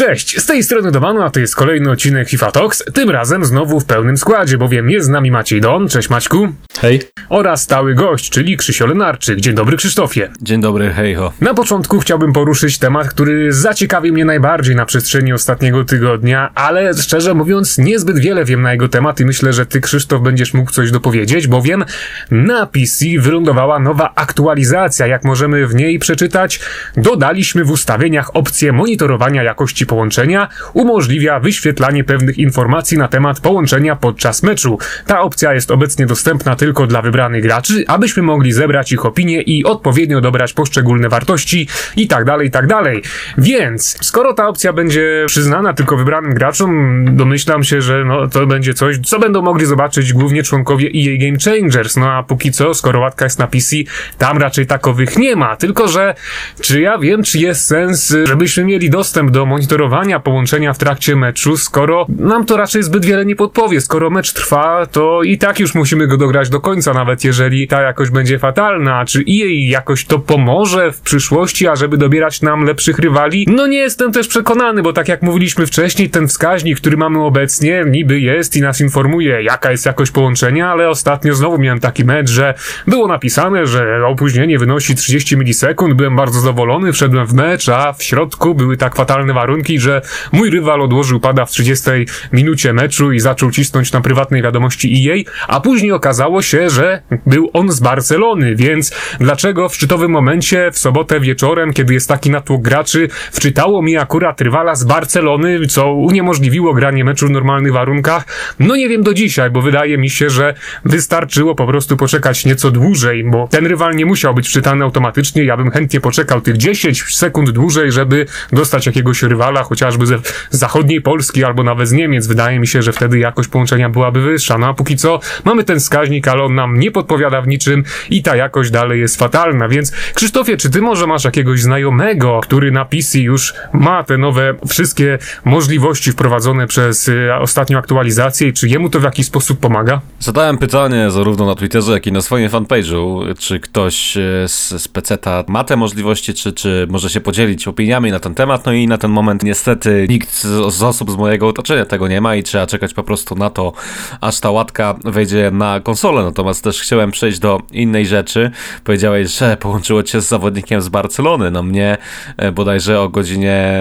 Cześć, z tej strony Domanu, a to jest kolejny odcinek FIFA Talks, tym razem znowu w pełnym składzie, bowiem jest z nami Maciej Don, cześć Maćku. Hej. Oraz stały gość, czyli Krzysio Lenarczyk. Dzień dobry, Krzysztofie. Dzień dobry, hejho. Na początku chciałbym poruszyć temat, który zaciekawił mnie najbardziej na przestrzeni ostatniego tygodnia, ale szczerze mówiąc niezbyt wiele wiem na jego temat i myślę, że ty, Krzysztof, będziesz mógł coś dopowiedzieć, bowiem na PC wylądowała nowa aktualizacja. Jak możemy w niej przeczytać, dodaliśmy w ustawieniach opcję monitorowania jakości połączenia, umożliwia wyświetlanie pewnych informacji na temat połączenia podczas meczu. Ta opcja jest obecnie dostępna tylko dla wybranych graczy, abyśmy mogli zebrać ich opinie i odpowiednio dobrać poszczególne wartości i tak dalej. Więc, skoro ta opcja będzie przyznana tylko wybranym graczom, domyślam się, że to będzie coś, co będą mogli zobaczyć głównie członkowie EA Game Changers. No a póki co, skoro łatka jest na PC, tam raczej takowych nie ma. Tylko że, czy ja wiem, czy jest sens, żebyśmy mieli dostęp do monitorowania połączenia w trakcie meczu, skoro nam to raczej zbyt wiele nie podpowie. Skoro mecz trwa, to i tak już musimy go dograć do końca, nawet jeżeli ta jakość będzie fatalna. Czy EA jakoś to pomoże w przyszłości, ażeby dobierać nam lepszych rywali? No nie jestem też przekonany, bo tak jak mówiliśmy wcześniej, ten wskaźnik, który mamy obecnie, niby jest i nas informuje, jaka jest jakość połączenia, ale ostatnio znowu miałem taki mecz, że było napisane, że opóźnienie wynosi 30 milisekund, byłem bardzo zadowolony, wszedłem w mecz, a w środku były tak fatalne warunki, że mój rywal odłożył pada w 30 minucie meczu i zaczął cisnąć na prywatnej wiadomości EA, a później okazało się, że był on z Barcelony, więc dlaczego w szczytowym momencie w sobotę wieczorem, kiedy jest taki natłok graczy, wczytało mi akurat rywala z Barcelony, co uniemożliwiło granie meczu w normalnych warunkach? No nie wiem do dzisiaj, bo wydaje mi się, że wystarczyło po prostu poczekać nieco dłużej, bo ten rywal nie musiał być wczytany automatycznie, ja bym chętnie poczekał tych 10 sekund dłużej, żeby dostać jakiegoś rywala, chociażby ze zachodniej Polski albo nawet z Niemiec. Wydaje mi się, że wtedy jakość połączenia byłaby wyższa. No a póki co mamy ten wskaźnik, ale on nam nie podpowiada w niczym i ta jakość dalej jest fatalna. Więc Krzysztofie, czy ty może masz jakiegoś znajomego, który na PC już ma te nowe wszystkie możliwości wprowadzone przez ostatnią aktualizację i czy jemu to w jakiś sposób pomaga? Zadałem pytanie zarówno na Twitterze, jak i na swoim fanpage'u, czy ktoś z PC-ta ma te możliwości, czy może się podzielić opiniami na ten temat. No i na ten moment niestety nikt z osób z mojego otoczenia tego nie ma i trzeba czekać po prostu na to, aż ta łatka wejdzie na konsolę. Natomiast też chciałem przejść do innej rzeczy. Powiedziałeś, że połączyło cię z zawodnikiem z Barcelony. No mnie bodajże o godzinie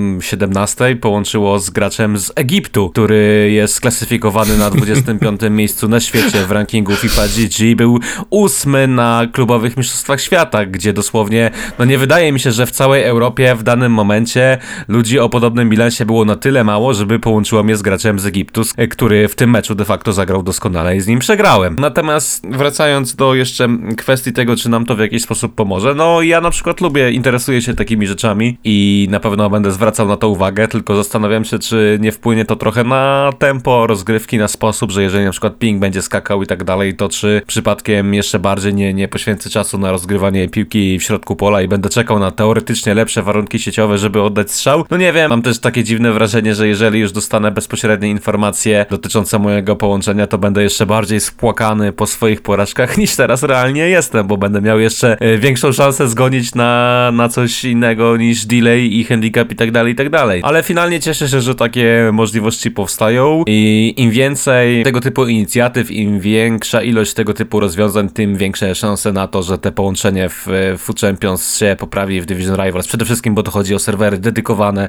17 połączyło z graczem z Egiptu, który jest sklasyfikowany na 25. miejscu na świecie w rankingu FIFA GG. Był 8 na klubowych mistrzostwach świata, gdzie dosłownie, nie wydaje mi się, że w całej Europie w danym momencie ludzi o podobnym bilansie było na tyle mało, żeby połączyło mnie z graczem z Egiptu, który w tym meczu de facto zagrał doskonale i z nim przegrałem. Natomiast wracając do jeszcze kwestii tego, czy nam to w jakiś sposób pomoże, ja na przykład interesuję się takimi rzeczami i na pewno będę zwracał na to uwagę, tylko zastanawiam się, czy nie wpłynie to trochę na tempo rozgrywki, na sposób, że jeżeli na przykład ping będzie skakał i tak dalej, to czy przypadkiem jeszcze bardziej nie poświęcę czasu na rozgrywanie piłki w środku pola i będę czekał na teoretycznie lepsze warunki sieciowe, żeby oddać strzał? No nie wiem, mam też takie dziwne wrażenie, że jeżeli już dostanę bezpośrednie informacje dotyczące mojego połączenia, to będę jeszcze bardziej spłakany po swoich porażkach niż teraz realnie jestem, bo będę miał jeszcze większą szansę zgonić na coś innego niż delay i handicap i tak dalej. Ale finalnie cieszę się, że takie możliwości powstają i im więcej tego typu inicjatyw, im większa ilość tego typu rozwiązań, tym większe szanse na to, że te połączenie w Foot Champions się poprawi w Division Rivals. Przede wszystkim, bo to chodzi o serwery dedykowane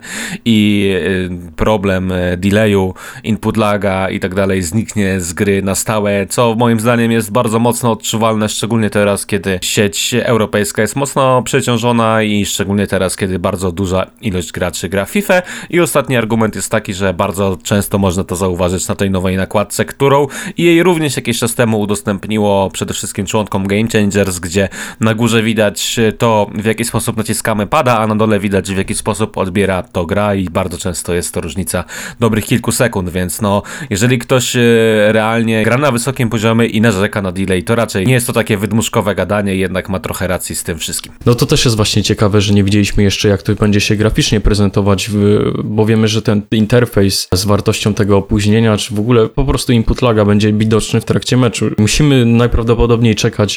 i problem delayu, input laga i tak dalej zniknie z gry na stałe, co moim zdaniem jest bardzo mocno odczuwalne, szczególnie teraz, kiedy sieć europejska jest mocno przeciążona i szczególnie teraz, kiedy bardzo duża ilość graczy gra w FIFA. I ostatni argument jest taki, że bardzo często można to zauważyć na tej nowej nakładce, którą jej również jakiś czas temu udostępniło przede wszystkim członkom Game Changers, gdzie na górze widać to, w jaki sposób naciskamy pada, a na dole widać, w jaki sposób odbiera to gra i bardzo często jest to różnica dobrych kilku sekund, więc jeżeli ktoś realnie gra na wysokim poziomie i narzeka na delay, to raczej nie jest to takie wydmuszkowe gadanie, jednak ma trochę racji z tym wszystkim. No to też jest właśnie ciekawe, że nie widzieliśmy jeszcze, jak to będzie się graficznie prezentować, bo wiemy, że ten interfejs z wartością tego opóźnienia, czy w ogóle po prostu input laga będzie widoczny w trakcie meczu. Musimy najprawdopodobniej czekać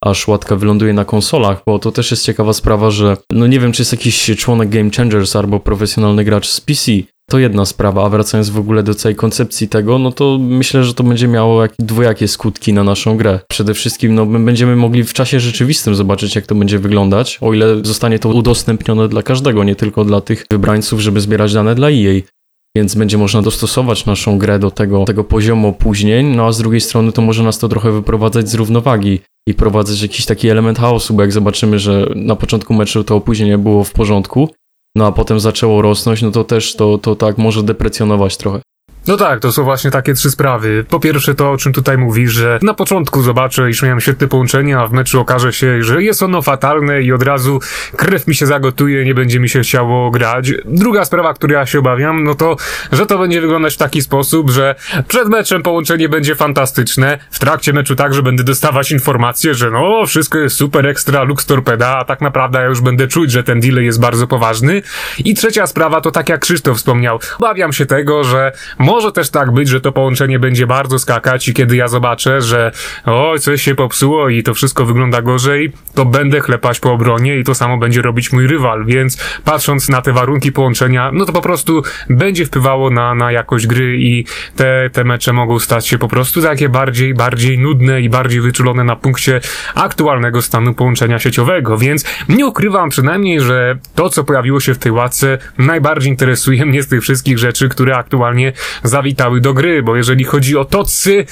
aż łatka wyląduje na konsolach, bo to też jest ciekawa sprawa, że no nie wiem, czy jest jakiś członek Game Changers albo profesjonalny gracz z PC. To jedna sprawa, a wracając w ogóle do całej koncepcji tego, no to myślę, że to będzie miało dwojakie skutki na naszą grę. Przede wszystkim no, będziemy mogli w czasie rzeczywistym zobaczyć, jak to będzie wyglądać, o ile zostanie to udostępnione dla każdego, nie tylko dla tych wybrańców, żeby zbierać dane dla EA. Więc będzie można dostosować naszą grę do tego poziomu opóźnień, no a z drugiej strony to może nas to trochę wyprowadzać z równowagi i prowadzać jakiś taki element chaosu, bo jak zobaczymy, że na początku meczu to opóźnienie było w porządku, no a potem zaczęło rosnąć, no to też to tak może deprecjonować trochę. No tak, to są właśnie takie 3 sprawy. Po pierwsze to, o czym tutaj mówisz, że na początku zobaczę, iż miałem świetne połączenie, a w meczu okaże się, że jest ono fatalne i od razu krew mi się zagotuje, nie będzie mi się chciało grać. Druga sprawa, której ja się obawiam, no to, że to będzie wyglądać w taki sposób, że przed meczem połączenie będzie fantastyczne, w trakcie meczu także będę dostawać informacje, że no, wszystko jest super ekstra, Lux Torpeda, a tak naprawdę ja już będę czuć, że ten delay jest bardzo poważny. I trzecia sprawa to tak jak Krzysztof wspomniał, obawiam się tego, że może też tak być, że to połączenie będzie bardzo skakać i kiedy ja zobaczę, że oj, coś się popsuło i to wszystko wygląda gorzej, to będę chlepać po obronie i to samo będzie robić mój rywal, więc patrząc na te warunki połączenia, no to po prostu będzie wpływało na jakość gry i te mecze mogą stać się po prostu takie bardziej nudne i bardziej wyczulone na punkcie aktualnego stanu połączenia sieciowego, więc nie ukrywam przynajmniej, że to, co pojawiło się w tej łatce, najbardziej interesuje mnie z tych wszystkich rzeczy, które aktualnie zawitały do gry, bo jeżeli chodzi o tocy,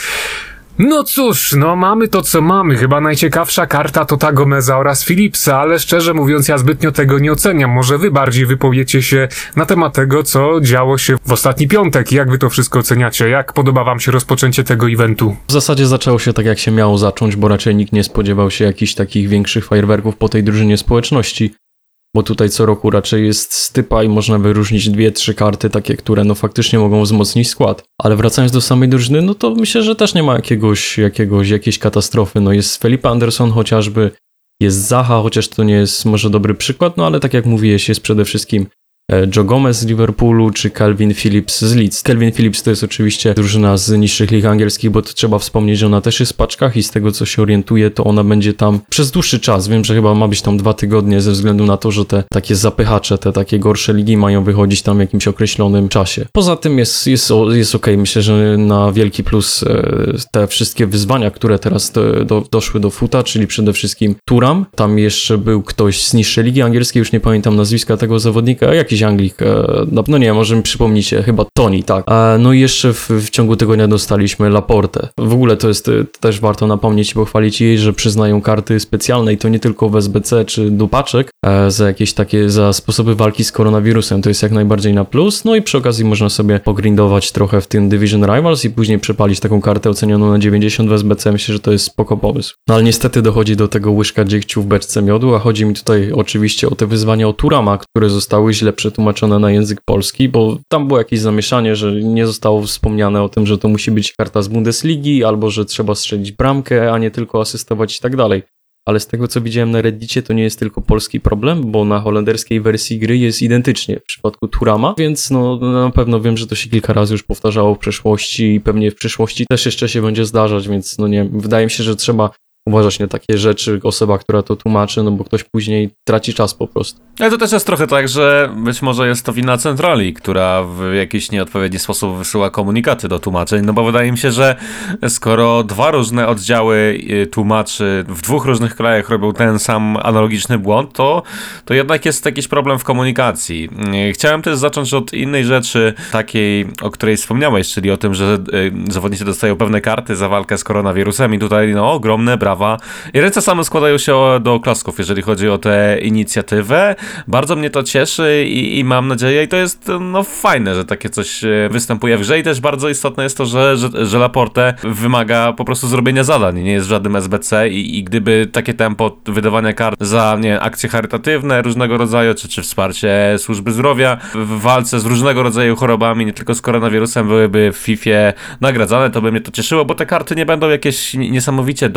no cóż, no mamy to co mamy, chyba najciekawsza karta to ta Gomeza oraz Philipsa, ale szczerze mówiąc ja zbytnio tego nie oceniam, może wy bardziej wypowiecie się na temat tego, co działo się w ostatni piątek i jak wy to wszystko oceniacie, jak podoba wam się rozpoczęcie tego eventu? W zasadzie zaczęło się tak jak się miało zacząć, bo raczej nikt nie spodziewał się jakichś takich większych fajerwerków po tej drużynie społeczności. Bo tutaj co roku raczej jest stypa i można wyróżnić 2-3 karty takie, które no faktycznie mogą wzmocnić skład. Ale wracając do samej drużyny, no to myślę, że też nie ma jakiejś katastrofy. No jest Felipe Anderson chociażby, jest Zaha, chociaż to nie jest może dobry przykład, no ale tak jak mówiłeś, jest przede wszystkim Joe Gomez z Liverpoolu czy Calvin Phillips z Leeds. Calvin Phillips to jest oczywiście drużyna z niższych lig angielskich, bo to trzeba wspomnieć, że ona też jest w paczkach i z tego co się orientuję, to ona będzie tam przez dłuższy czas. Wiem, że chyba ma być tam 2 tygodnie ze względu na to, że te takie zapychacze, te takie gorsze ligi mają wychodzić tam w jakimś określonym czasie. Poza tym jest okej. Myślę, że na wielki plus te wszystkie wyzwania, które teraz doszły do futa, czyli przede wszystkim Thuram. Tam jeszcze był ktoś z niższej ligi angielskiej, już nie pamiętam nazwiska tego zawodnika, jakiś Anglik, no nie, może mi przypomnicie, chyba Toni, tak. No i jeszcze w ciągu tygodnia dostaliśmy Laportę. W ogóle to jest też warto napomnieć i pochwalić jej, że przyznają karty specjalne i to nie tylko w SBC czy do paczek za jakieś takie, za sposoby walki z koronawirusem, to jest jak najbardziej na plus, no i przy okazji można sobie pogrindować trochę w tym Division Rivals i później przepalić taką kartę ocenioną na 90 w SBC, myślę, że to jest spoko pomysł. No ale niestety dochodzi do tego łyżka dziegciu w beczce miodu, a chodzi mi tutaj oczywiście o te wyzwania o Thurama, które zostały źle przetłumaczone na język polski, bo tam było jakieś zamieszanie, że nie zostało wspomniane o tym, że to musi być karta z Bundesligi, albo że trzeba strzelić bramkę, a nie tylko asystować i tak dalej. Ale z tego co widziałem na Reddicie, to nie jest tylko polski problem, bo na holenderskiej wersji gry jest identycznie w przypadku Thurama, więc no na pewno wiem, że to się kilka razy już powtarzało w przeszłości i pewnie w przyszłości też jeszcze się będzie zdarzać, więc no nie, wydaje mi się, że trzeba uważać na takie rzeczy, osoba, która to tłumaczy, no bo ktoś później traci czas po prostu. Ale to też jest trochę tak, że być może jest to wina centrali, która w jakiś nieodpowiedni sposób wysyła komunikaty do tłumaczeń, no bo wydaje mi się, że skoro 2 różne oddziały tłumaczy w 2 różnych krajach robią ten sam analogiczny błąd, to jednak jest jakiś problem w komunikacji. Chciałem też zacząć od innej rzeczy, takiej, o której wspomniałeś, czyli o tym, że zawodnicy dostają pewne karty za walkę z koronawirusem i tutaj no ogromne brawa i ręce same składają się do klasków, jeżeli chodzi o tę inicjatywę. Bardzo mnie to cieszy i mam nadzieję, i to jest no fajne, że takie coś występuje w grze i też bardzo istotne jest to, że Laporte wymaga po prostu zrobienia zadań, nie jest w żadnym SBC i gdyby takie tempo wydawania kart za akcje charytatywne różnego rodzaju, czy wsparcie służby zdrowia w walce z różnego rodzaju chorobami, nie tylko z koronawirusem, byłyby w FIFA nagradzane, to by mnie to cieszyło, bo te karty nie będą jakieś niesamowicie dobre,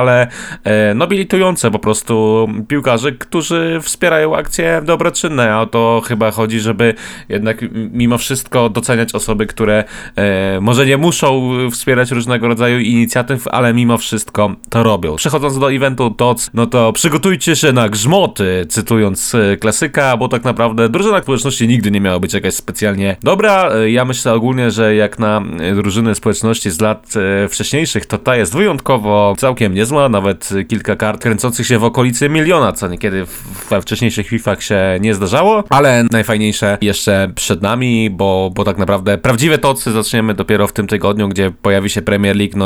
ale nobilitujące po prostu piłkarzy, którzy wspierają akcje dobroczynne, a o to chyba chodzi, żeby jednak mimo wszystko doceniać osoby, które może nie muszą wspierać różnego rodzaju inicjatyw, ale mimo wszystko to robią. Przechodząc do eventu TOTS, no to przygotujcie się na grzmoty, cytując klasyka, bo tak naprawdę drużyna społeczności nigdy nie miała być jakaś specjalnie dobra. Ja myślę ogólnie, że jak na drużyny społeczności z lat wcześniejszych, to ta jest wyjątkowo całkiem niezła, nawet kilka kart kręcących się w okolicy 1 000 000, co niekiedy we wcześniejszych FIFAch się nie zdarzało, ale najfajniejsze jeszcze przed nami, bo tak naprawdę prawdziwe TOTSy zaczniemy dopiero w tym tygodniu, gdzie pojawi się Premier League,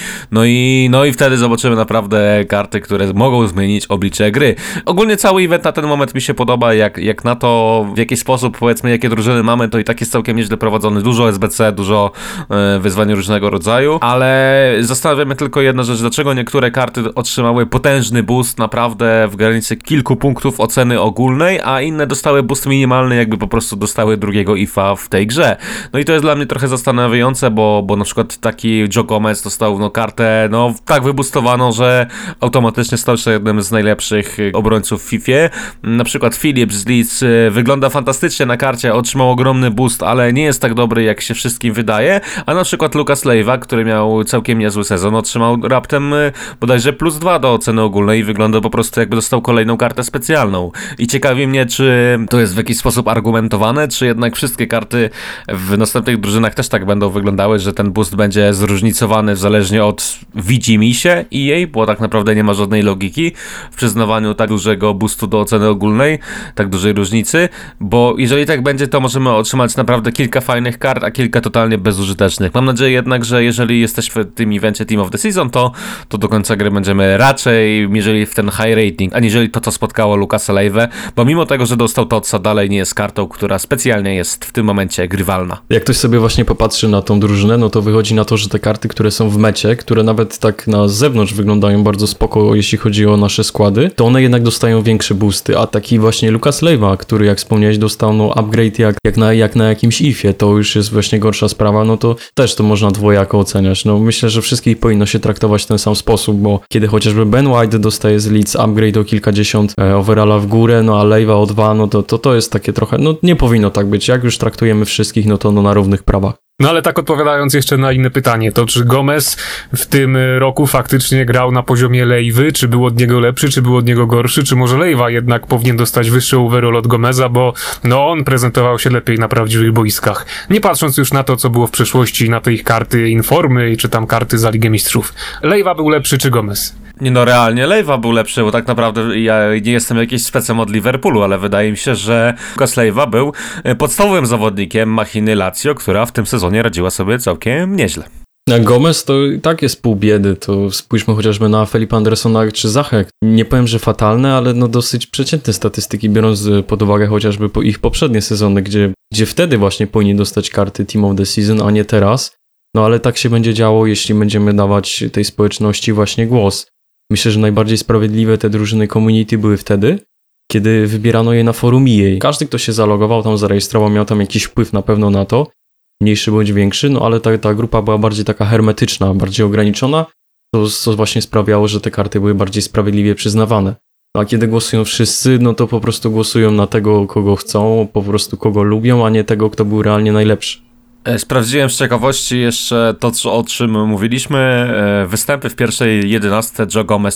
no i wtedy zobaczymy naprawdę karty, które mogą zmienić oblicze gry. Ogólnie cały event na ten moment mi się podoba, jak na to, w jaki sposób, powiedzmy, jakie drużyny mamy, to i tak jest całkiem nieźle prowadzony. Dużo SBC, dużo wyzwań różnego rodzaju, ale zastanawiam się tylko jedna rzecz, dlaczego niektóre karty otrzymały potężny boost naprawdę w granicy kilku punktów oceny ogólnej, a inne dostały boost minimalny, jakby po prostu dostały drugiego IFA w tej grze. No i to jest dla mnie trochę zastanawiające, bo na przykład taki Joe Gomez dostał kartę tak wyboostowaną, że automatycznie stał się jednym z najlepszych obrońców w FIFA. Na przykład Phillips z Leeds wygląda fantastycznie na karcie, otrzymał ogromny boost, ale nie jest tak dobry, jak się wszystkim wydaje, a na przykład Lucas Leiva, który miał całkiem niezły sezon, otrzymał raptem bodajże +2 do oceny ogólnej i wygląda po prostu, jakby dostał kolejną kartę specjalną. I ciekawi mnie, czy to jest w jakiś sposób argumentowane, czy jednak wszystkie karty w następnych drużynach też tak będą wyglądały, że ten boost będzie zróżnicowany zależnie od widzimisię i jej, bo tak naprawdę nie ma żadnej logiki w przyznawaniu tak dużego boostu do oceny ogólnej, tak dużej różnicy, bo jeżeli tak będzie, to możemy otrzymać naprawdę kilka fajnych kart, a kilka totalnie bezużytecznych. Mam nadzieję jednak, że jeżeli jesteśmy w tym evencie Team of the Season, to do końca gry będziemy raczej mierzyli w ten high rating, aniżeli to, co spotkało Lucasa Leivę, bo mimo tego, że dostał TOTSa, dalej nie jest kartą, która specjalnie jest w tym momencie grywalna. Jak ktoś sobie właśnie popatrzy na tą drużynę, no to wychodzi na to, że te karty, które są w mecie, które nawet tak na zewnątrz wyglądają bardzo spoko, jeśli chodzi o nasze składy, to one jednak dostają większe boosty, a taki właśnie Lucas Leiva, który jak wspomniałeś dostał upgrade jak na jakimś ifie, to już jest właśnie gorsza sprawa, no to też to można dwojako oceniać. No myślę, że wszystkich powinno się traktować w ten sam sposób, bo kiedy chociażby Ben White dostaje z Leeds upgrade o kilkadziesiąt overalla w górę, no a Leiva o 2, no to jest takie trochę, no nie powinno tak być. Jak już traktujemy wszystkich, no to na równych prawach. No ale tak odpowiadając jeszcze na inne pytanie, to czy Gomez w tym roku faktycznie grał na poziomie Leivy, czy był od niego lepszy, czy był od niego gorszy, czy może Leiva jednak powinien dostać wyższy overall od Gomeza, bo on prezentował się lepiej na prawdziwych boiskach. Nie patrząc już na to, co było w przeszłości, na te ich karty informy, czy tam karty za Ligę Mistrzów. Leiva był lepszy, czy Gomez? Nie realnie Leiva był lepszy, bo tak naprawdę ja nie jestem jakimś specem od Liverpoolu, ale wydaje mi się, że Lucas Leiva był podstawowym zawodnikiem machiny Lazio, która w tym sezonie radziła sobie całkiem nieźle. Gomez to i tak jest pół biedy, to spójrzmy chociażby na Felipe Andersona czy Zachę. Nie powiem, że fatalne, ale dosyć przeciętne statystyki, biorąc pod uwagę chociażby ich poprzednie sezony, gdzie wtedy właśnie powinni dostać karty Team of the Season, a nie teraz. No ale tak się będzie działo, jeśli będziemy dawać tej społeczności właśnie głos. Myślę, że najbardziej sprawiedliwe te drużyny community były wtedy, kiedy wybierano je na forum EA. Każdy, kto się zalogował, tam zarejestrował, miał tam jakiś wpływ na pewno na to, mniejszy bądź większy, no ale ta grupa była bardziej taka hermetyczna, bardziej ograniczona, co właśnie sprawiało, że te karty były bardziej sprawiedliwie przyznawane. No a kiedy głosują wszyscy, no to po prostu głosują na tego, kogo chcą, po prostu kogo lubią, a nie tego, kto był realnie najlepszy. Sprawdziłem z ciekawości jeszcze to, o czym mówiliśmy. Występy w pierwszej 11, Joe Gomez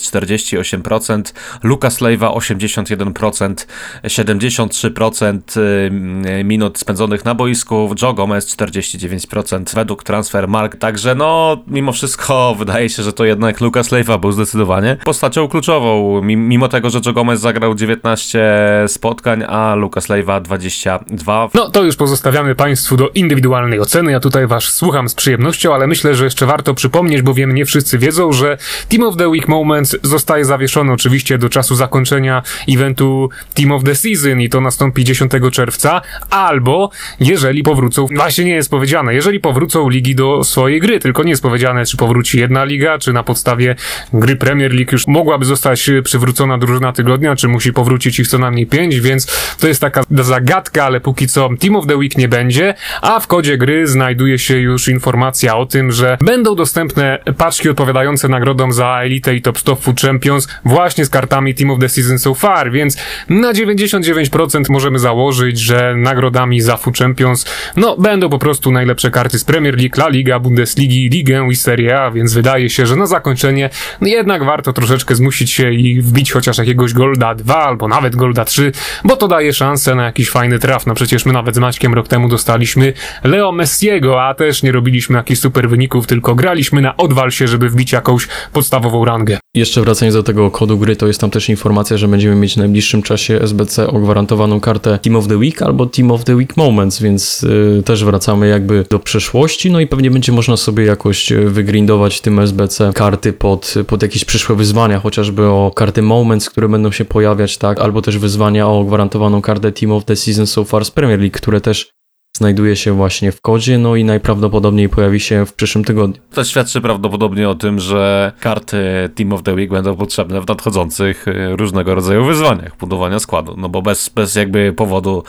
48%, Lucas Leiva 81%, 73% minut spędzonych na boisku, Joe Gomez 49% według Transfermarkt. Także mimo wszystko wydaje się, że to jednak Lucas Leiva był zdecydowanie postacią kluczową. Mimo tego, że Joe Gomez zagrał 19 spotkań, a Lucas Leiva 22. No to już pozostawiamy Państwu do indywidualnej oceny. Ja tutaj was słucham z przyjemnością, ale myślę, że jeszcze warto przypomnieć, bowiem nie wszyscy wiedzą, że Team of the Week Moments zostaje zawieszony oczywiście do czasu zakończenia eventu Team of the Season i to nastąpi 10 czerwca, albo jeżeli powrócą, właśnie nie jest powiedziane, jeżeli powrócą ligi do swojej gry, tylko nie jest powiedziane, czy powróci jedna liga, czy na podstawie gry Premier League już mogłaby zostać przywrócona drużyna tygodnia, czy musi powrócić ich co najmniej 5, więc to jest taka zagadka, ale póki co Team of the Week nie będzie, a w kodzie gry gry znajduje się już informacja o tym, że będą dostępne paczki odpowiadające nagrodom za Elite i Top 100 Food Champions właśnie z kartami Team of the Season so far, więc na 99% możemy założyć, że nagrodami za Food Champions będą po prostu najlepsze karty z Premier League, La Liga, Bundesligi, Ligę i Serie A, więc wydaje się, że na zakończenie jednak warto troszeczkę zmusić się i wbić chociaż jakiegoś Golda 2 albo nawet Golda 3, bo to daje szansę na jakiś fajny traf. No przecież my nawet z Maćkiem rok temu dostaliśmy Leo Messiego, a też nie robiliśmy jakichś super wyników, tylko graliśmy na odwal się, żeby wbić jakąś podstawową rangę. Jeszcze wracając do tego kodu gry, to jest tam też informacja, że będziemy mieć w najbliższym czasie SBC o gwarantowaną kartę Team of the Week albo Team of the Week Moments, więc też wracamy jakby do przeszłości, no i pewnie będzie można sobie jakoś wygrindować w tym SBC karty pod jakieś przyszłe wyzwania, chociażby o karty Moments, które będą się pojawiać, tak, albo też wyzwania o gwarantowaną kartę Team of the Season so far z Premier League, które też znajduje się właśnie w kodzie, no i najprawdopodobniej pojawi się w przyszłym tygodniu. To świadczy prawdopodobnie o tym, że karty Team of the Week będą potrzebne w nadchodzących różnego rodzaju wyzwaniach budowania składu, no bo bez jakby powodu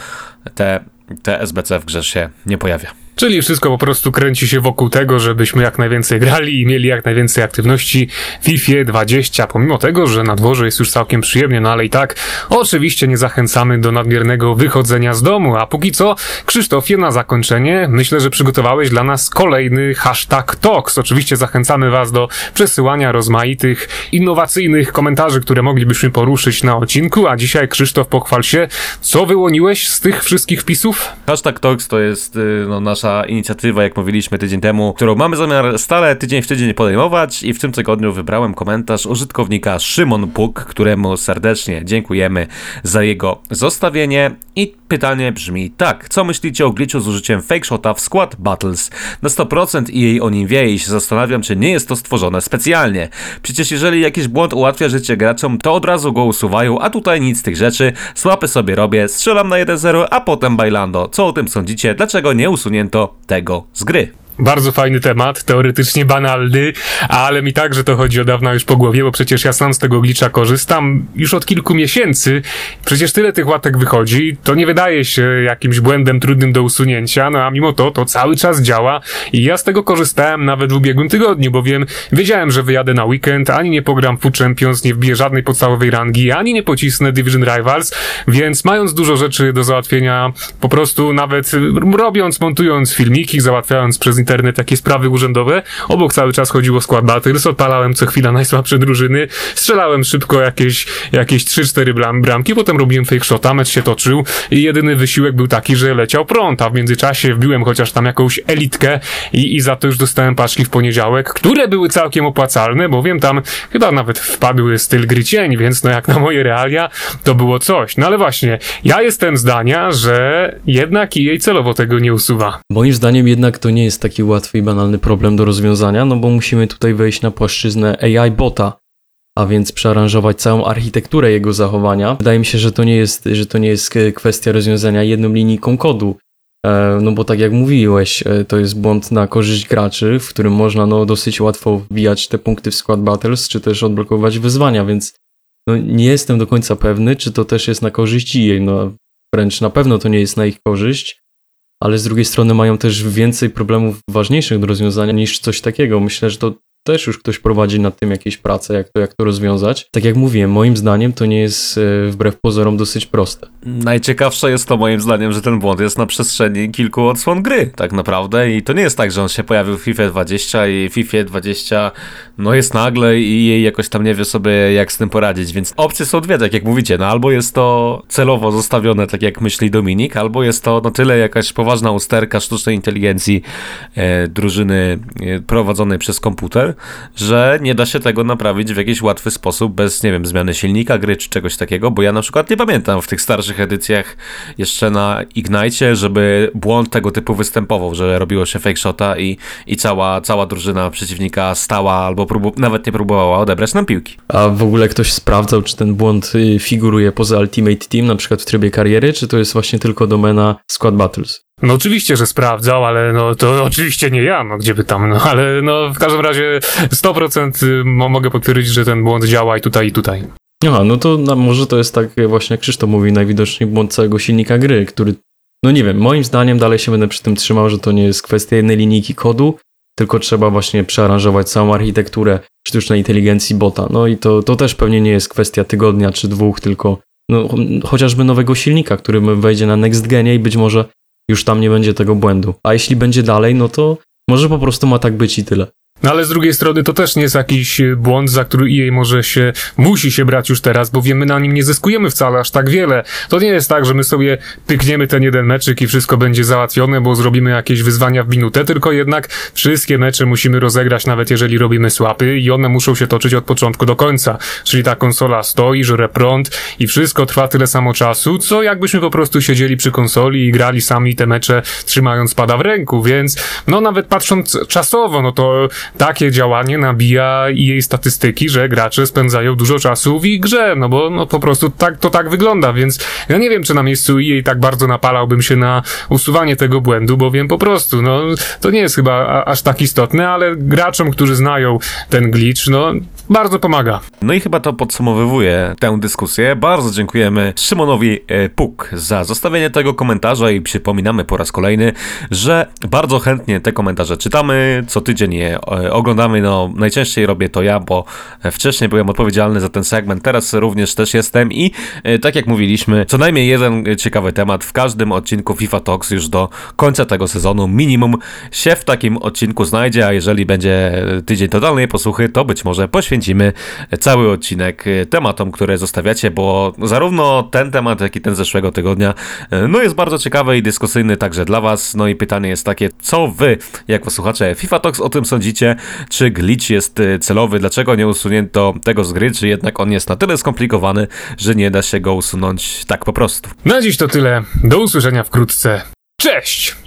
te SBC w grze się nie pojawia. Czyli wszystko po prostu kręci się wokół tego, żebyśmy jak najwięcej grali i mieli jak najwięcej aktywności w FIFA 20, pomimo tego, że na dworze jest już całkiem przyjemnie, no ale i tak oczywiście nie zachęcamy do nadmiernego wychodzenia z domu, a póki co, Krzysztofie, na zakończenie myślę, że przygotowałeś dla nas kolejny hashtag Talks. Oczywiście zachęcamy was do przesyłania rozmaitych, innowacyjnych komentarzy, które moglibyśmy poruszyć na odcinku, a dzisiaj, Krzysztof, pochwal się, co wyłoniłeś z tych wszystkich wpisów? Hashtag Talks to jest nasza inicjatywa, jak mówiliśmy tydzień temu, którą mamy zamiar stale tydzień w tydzień podejmować i w tym tygodniu wybrałem komentarz użytkownika Szymon Puk, któremu serdecznie dziękujemy za jego zostawienie i pytanie brzmi tak. Co myślicie o glitchu z użyciem fake shota w Squad Battles? Na 100% EA o nim wie i się zastanawiam, czy nie jest to stworzone specjalnie. Przecież jeżeli jakiś błąd ułatwia życie graczom, to od razu go usuwają, a tutaj nic z tych rzeczy. Słapy sobie robię, strzelam na 1-0, a potem bailando. Co o tym sądzicie? Dlaczego nie usunięto tego z gry? Bardzo fajny temat, teoretycznie banalny, ale mi także to chodzi od dawna już po głowie, bo przecież ja sam z tego glitcha korzystam już od kilku miesięcy. Przecież tyle tych łatek wychodzi, to nie wydaje się jakimś błędem trudnym do usunięcia, no a mimo to cały czas działa i ja z tego korzystałem nawet w ubiegłym tygodniu, bowiem wiedziałem, że wyjadę na weekend, ani nie pogram Food Champions, nie wbiję żadnej podstawowej rangi, ani nie pocisnę Division Rivals, więc mając dużo rzeczy do załatwienia, po prostu nawet robiąc, montując filmiki, załatwiając przez internet takie sprawy urzędowe, obok cały czas chodziło Squad Battles, odpalałem co chwila najsłabsze drużyny, strzelałem szybko jakieś 3-4 bramki, potem robiłem fake shota, mecz się toczył i jedyny wysiłek był taki, że leciał prąd, a w międzyczasie wbiłem chociaż tam jakąś elitkę i za to już dostałem paczki w poniedziałek, które były całkiem opłacalne, bowiem tam chyba nawet wpadły styl gry cień, więc no jak na moje realia to było coś. No ale właśnie, ja jestem zdania, że jednak EA celowo tego nie usuwa. Moim zdaniem jednak to nie jest taki łatwy i banalny problem do rozwiązania, no bo musimy tutaj wejść na płaszczyznę AI bota, a więc przearanżować całą architekturę jego zachowania. Wydaje mi się, że to nie jest kwestia rozwiązania jedną linijką kodu, no bo tak jak mówiłeś, to jest błąd na korzyść graczy, w którym można dosyć łatwo wbijać te punkty w Squad Battles, czy też odblokować wyzwania, więc nie jestem do końca pewny, czy to też jest na korzyść EA, wręcz na pewno to nie jest na ich korzyść, ale z drugiej strony mają też więcej problemów ważniejszych do rozwiązania niż coś takiego. Myślę, że to też już ktoś prowadzi nad tym jakieś prace, jak to rozwiązać. Tak jak mówiłem, moim zdaniem to nie jest wbrew pozorom dosyć proste. Najciekawsze jest to moim zdaniem, że ten błąd jest na przestrzeni kilku odsłon gry tak naprawdę i to nie jest tak, że on się pojawił w FIFA 20 i w FIFA 20 jest nagle i jej jakoś tam nie wie sobie jak z tym poradzić, więc opcje są dwie, tak jak mówicie, albo jest to celowo zostawione tak jak myśli Dominik, albo jest to na tyle jakaś poważna usterka sztucznej inteligencji drużyny prowadzonej przez komputer, że nie da się tego naprawić w jakiś łatwy sposób bez, nie wiem, zmiany silnika gry czy czegoś takiego, bo ja na przykład nie pamiętam w tych starszych edycjach jeszcze na Ignite, żeby błąd tego typu występował, że robiło się fake shota i cała drużyna przeciwnika stała albo nawet nie próbowała odebrać nam piłki. A w ogóle ktoś sprawdzał, czy ten błąd figuruje poza Ultimate Team, na przykład w trybie kariery, czy to jest właśnie tylko domena Squad Battles? No oczywiście, że sprawdzał, ale to oczywiście nie ja, gdzie by tam, ale w każdym razie 100% mogę potwierdzić, że ten błąd działa i tutaj. Aha, to może to jest tak właśnie jak Krzysztof mówi, najwidoczniej błąd całego silnika gry, który No nie wiem, moim zdaniem dalej się będę przy tym trzymał, że to nie jest kwestia jednej linijki kodu, tylko trzeba właśnie przearanżować całą architekturę sztucznej inteligencji bota. No i to też pewnie nie jest kwestia tygodnia czy 2, tylko no, chociażby nowego silnika, który wejdzie na next genie i być może już tam nie będzie tego błędu. A jeśli będzie dalej, no to może po prostu ma tak być i tyle. No ale z drugiej strony to też nie jest jakiś błąd, za który EA musi się brać już teraz, bo my na nim nie zyskujemy wcale aż tak wiele. To nie jest tak, że my sobie pykniemy ten jeden meczyk i wszystko będzie załatwione, bo zrobimy jakieś wyzwania w minutę, tylko jednak wszystkie mecze musimy rozegrać, nawet jeżeli robimy swapy i one muszą się toczyć od początku do końca. Czyli ta konsola stoi, żre prąd i wszystko trwa tyle samo czasu, co jakbyśmy po prostu siedzieli przy konsoli i grali sami te mecze, trzymając pada w ręku, więc no nawet patrząc czasowo, no to takie działanie nabija jej statystyki, że gracze spędzają dużo czasu w ich grze, no bo no po prostu tak wygląda, więc ja nie wiem, czy na miejscu jej tak bardzo napalałbym się na usuwanie tego błędu, bo wiem po prostu, no to nie jest chyba aż tak istotne, ale graczom, którzy znają ten glitch, no bardzo pomaga. No i chyba to podsumowuje tę dyskusję. Bardzo dziękujemy Szymonowi Puk za zostawienie tego komentarza i przypominamy po raz kolejny, że bardzo chętnie te komentarze czytamy, co tydzień je oglądamy, no najczęściej robię to ja, bo wcześniej byłem odpowiedzialny za ten segment, teraz również też jestem i tak jak mówiliśmy, co najmniej jeden ciekawy temat w każdym odcinku FIFA Talks już do końca tego sezonu minimum się w takim odcinku znajdzie, a jeżeli będzie tydzień totalnej posłuchy, to być może poświęcimy cały odcinek tematom, które zostawiacie, bo zarówno ten temat, jak i ten zeszłego tygodnia, no jest bardzo ciekawy i dyskusyjny także dla was, no i pytanie jest takie, co wy, jako słuchacze FIFA Talks o tym sądzicie, czy glitch jest celowy, dlaczego nie usunięto tego z gry, czy jednak on jest na tyle skomplikowany, że nie da się go usunąć tak po prostu. Na dziś to tyle, do usłyszenia wkrótce, cześć!